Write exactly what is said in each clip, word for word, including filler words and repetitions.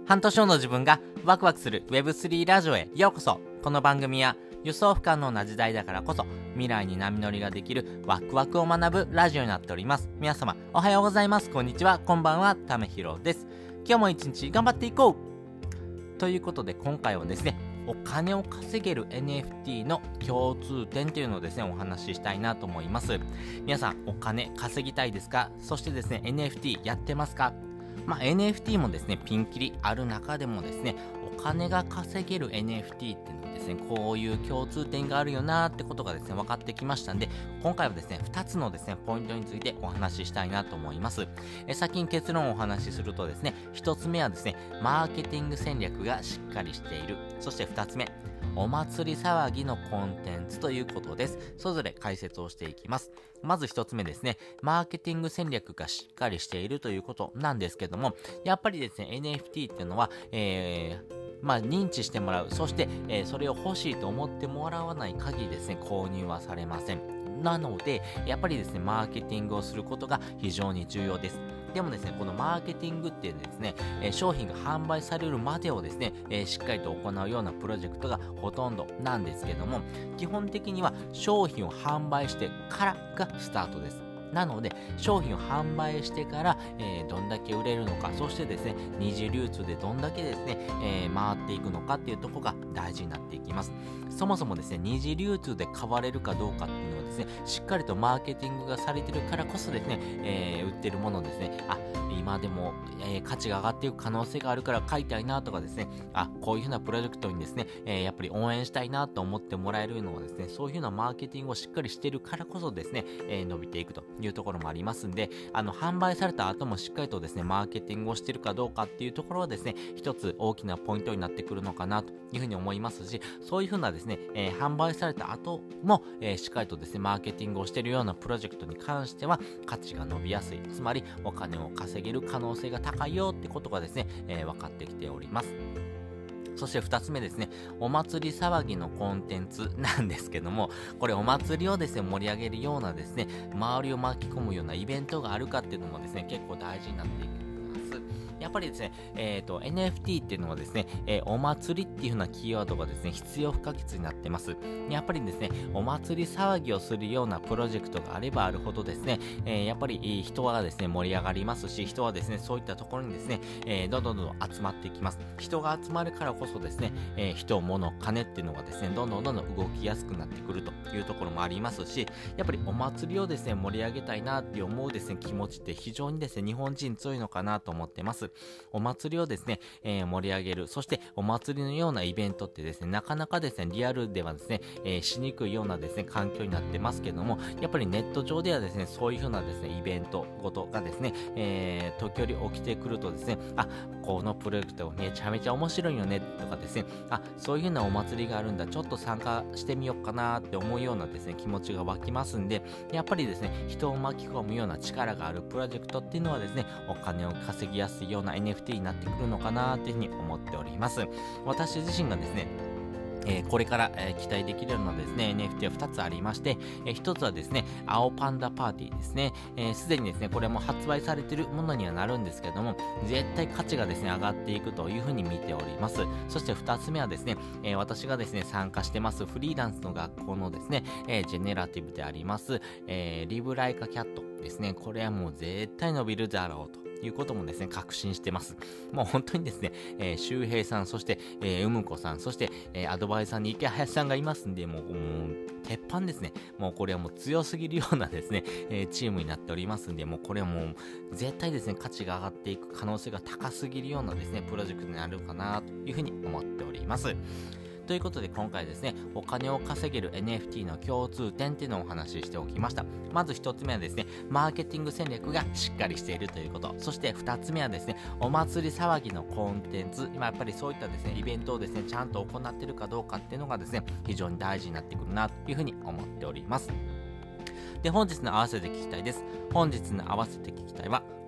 半年後の自分がワクワクする ウェブスリー ラジオへようこそ。この番組は予想不可能な時代だからこそ未来に波乗りができるワクワクを学ぶラジオになっております。皆様おはようございます、こんにちは、こんばんは、ためひろです。今日も一日頑張っていこうということで、今回はですね、お金を稼げる エヌエフティー の共通点というのをですね、お話ししたいなと思います。皆さんお金稼ぎたいですか？そしてですね、 エヌエフティー やってますか？まあ、エヌエフティー もですね、ピンキリある中でもですね、お金が稼げる エヌエフティー っていうのはですね、こういう共通点があるよなーってことがですね、分かってきましたんで、今回はですね、ふたつのですね、ポイントについてお話ししたいなと思います。え先に結論をお話しするとですね、ひとつめはですね、マーケティング戦略がしっかりしている。そしてふたつめ、お祭り騒ぎのコンテンツということです。それぞれ解説をしていきます。まず一つ目ですね、マーケティング戦略がしっかりしているということなんですけども、やっぱりですね、エヌエフティー っていうのは、えー、まあ認知してもらう、そして、えー、それを欲しいと思ってもらわない限りですね、購入はされません。なので、やっぱりですね、マーケティングをすることが非常に重要です。でもですね、このマーケティングっていうですね、えー、商品が販売されるまでをですね、えー、しっかりと行うようなプロジェクトがほとんどなんですけども、基本的には商品を販売してからがスタートです。なので、商品を販売してから、えー、どんだけ売れるのか、そしてですね、二次流通でどんだけですね、えー、回っていくのかっていうところが大事になっていきます。そもそもですね、二次流通で買われるかどうかっていうのはですね、しっかりとマーケティングがされてるからこそですね、えー、売ってるものですね、あ、今でも、えー、価値が上がっていく可能性があるから買いたいなとかですね、あ、こういうふうなプロジェクトにですね、えー、やっぱり応援したいなと思ってもらえるのはですね、そういうふうなマーケティングをしっかりしてるからこそですね、えー、伸びていくというところもありますんで、あの、販売された後もしっかりとですね、マーケティングをしてるかどうかっていうところはですね、一つ大きなポイントになってくるのかなというふうに思いますし、そういうふうなですね、えー、販売された後も、えー、しっかりとですね、マーケティングをしているようなプロジェクトに関しては価値が伸びやすい、つまりお金を稼げる可能性が高いよってことがですね、えー、分かってきております。そして二つ目ですね、お祭り騒ぎのコンテンツなんですけども、これお祭りをですね、盛り上げるようなですね、周りを巻き込むようなイベントがあるかっていうのもですね、結構大事になっていきます。やっぱりですね、えっと、エヌエフティー っていうのはですね、えー、お祭りっていう風なキーワードがですね、必要不可欠になってます。やっぱりですね、お祭り騒ぎをするようなプロジェクトがあればあるほどですね、えー、やっぱり人はですね、盛り上がりますし、人はですね、そういったところにですね、えー、どんどんどんどん集まっていきます。人が集まるからこそですね、えー、人、物、金っていうのがですね、どんどんどんどん動きやすくなってくるというところもありますし、やっぱりお祭りをですね、盛り上げたいなって思うですね、気持ちって非常にですね、日本人強いのかなと思ってます。お祭りをですね、えー、盛り上げる、そしてお祭りのようなイベントってですね、なかなかですね、リアルではですね、えー、しにくいようなですね、環境になってますけども、やっぱりネット上ではですね、そういう風なですね、イベントごとがですね、えー、時折起きてくるとですね、あ、このプロジェクトめちゃめちゃ面白いよねとかですね、あ、そういう風なお祭りがあるんだ、ちょっと参加してみようかなって思うようなですね、気持ちが湧きますんで、やっぱりですね、人を巻き込むような力があるプロジェクトっていうのはですね、お金を稼ぎやすいような エヌエフティー になってくるのかなというふうに思っております。私自身がですね、えー、これから、えー、期待できるようなですね、エヌエフティー はふたつありまして、えー、ひとつはですね、青パンダパーティーですね。す、えー、で、にですね、これも発売されているものにはなるんですけども、絶対価値がですね、上がっていくというふうに見ております。そしてふたつめはですね、えー、私がですね、参加してますフリーランスの学校のですね、えー、ジェネラティブであります、えー、リブライカキャットですね、これはもう絶対伸びるだろうということもですね、確信してます。もう本当にですね、えー、周平さん、そして、えー、うむこさん、そして、えー、アドバイザーに池林さんがいますんで、もう、もう、鉄板ですね。もうこれはもう強すぎるようなですね、えー、チームになっておりますんで、もうこれはもう、絶対ですね、価値が上がっていく可能性が高すぎるようなですね、プロジェクトになるかな、というふうに思っております。ということで今回ですね、お金を稼げる エヌエフティー の共通点っていうのをお話ししておきました。まず一つ目はですね、マーケティング戦略がしっかりしているということ。そして二つ目はですね、お祭り騒ぎのコンテンツ。今やっぱりそういったですね、イベントをですね、ちゃんと行っているかどうかっていうのがですね、非常に大事になってくるなというふうに思っております。で、本日の合わせて聞きたいです。本日の合わせて聞きたいは、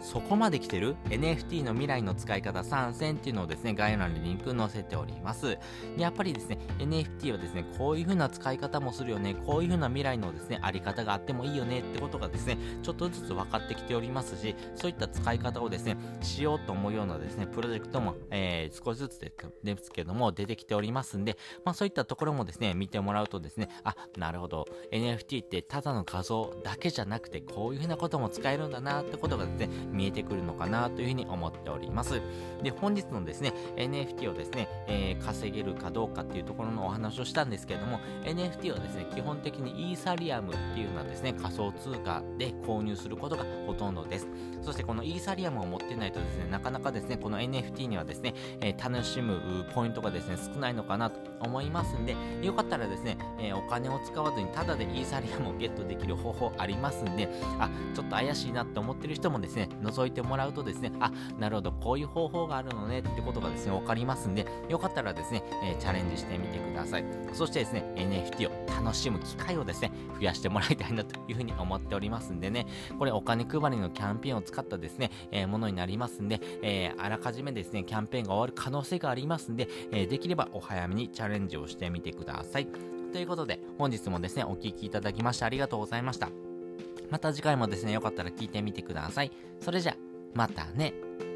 そこまで来てる エヌエフティー の未来の使い方さんせんっていうのをですね、概要欄にリンク載せております。でやっぱりですね、エヌエフティー はですね、こういう風な使い方もするよね、こういう風な未来のですね、あり方があってもいいよねってことがですね、ちょっとずつ分かってきておりますし、そういった使い方をですね、しようと思うようなですね、プロジェクトも、えー、少しずつですけども出てきておりますんで、まあそういったところもですね、見てもらうとですね、あ、なるほど、エヌエフティー ってただの画像だけじゃなくて、こういう風なことも使えるんだなってことがですね、見えてくるのかなというふうに思っております。で、本日のですね、エヌエフティー をですね、えー、稼げるかどうかっていうところのお話をしたんですけれども、エヌエフティー はですね、基本的にイーサリアムっていうのはですね、仮想通貨で購入することがほとんどです。そしてこのイーサリアムを持ってないとですね、なかなかですね、この エヌエフティー にはですね、えー、楽しむポイントがですね、少ないのかなと思いますんで、よかったらですね、えー、お金を使わずにタダでイーサリアムをゲットできる方法ありますんで、あ、ちょっと怪しいなって思ってる人もですね、覗いてもらうとですね、あ、なるほど、こういう方法があるのねってことがですね、わかりますんで、よかったらですね、えー、チャレンジしてみてください。そしてですね、エヌエフティー を楽しむ機会をですね、増やしてもらいたいなというふうに思っておりますんでね、これお金配りのキャンペーンを使ったですね、えー、ものになりますんで、えー、あらかじめですね、キャンペーンが終わる可能性がありますんで、えー、できればお早めにチャレンジをしてみてください。ということで、本日もですね、お聞きいただきましてありがとうございました。また次回もですね、よかったら聞いてみてください。それじゃ、またね。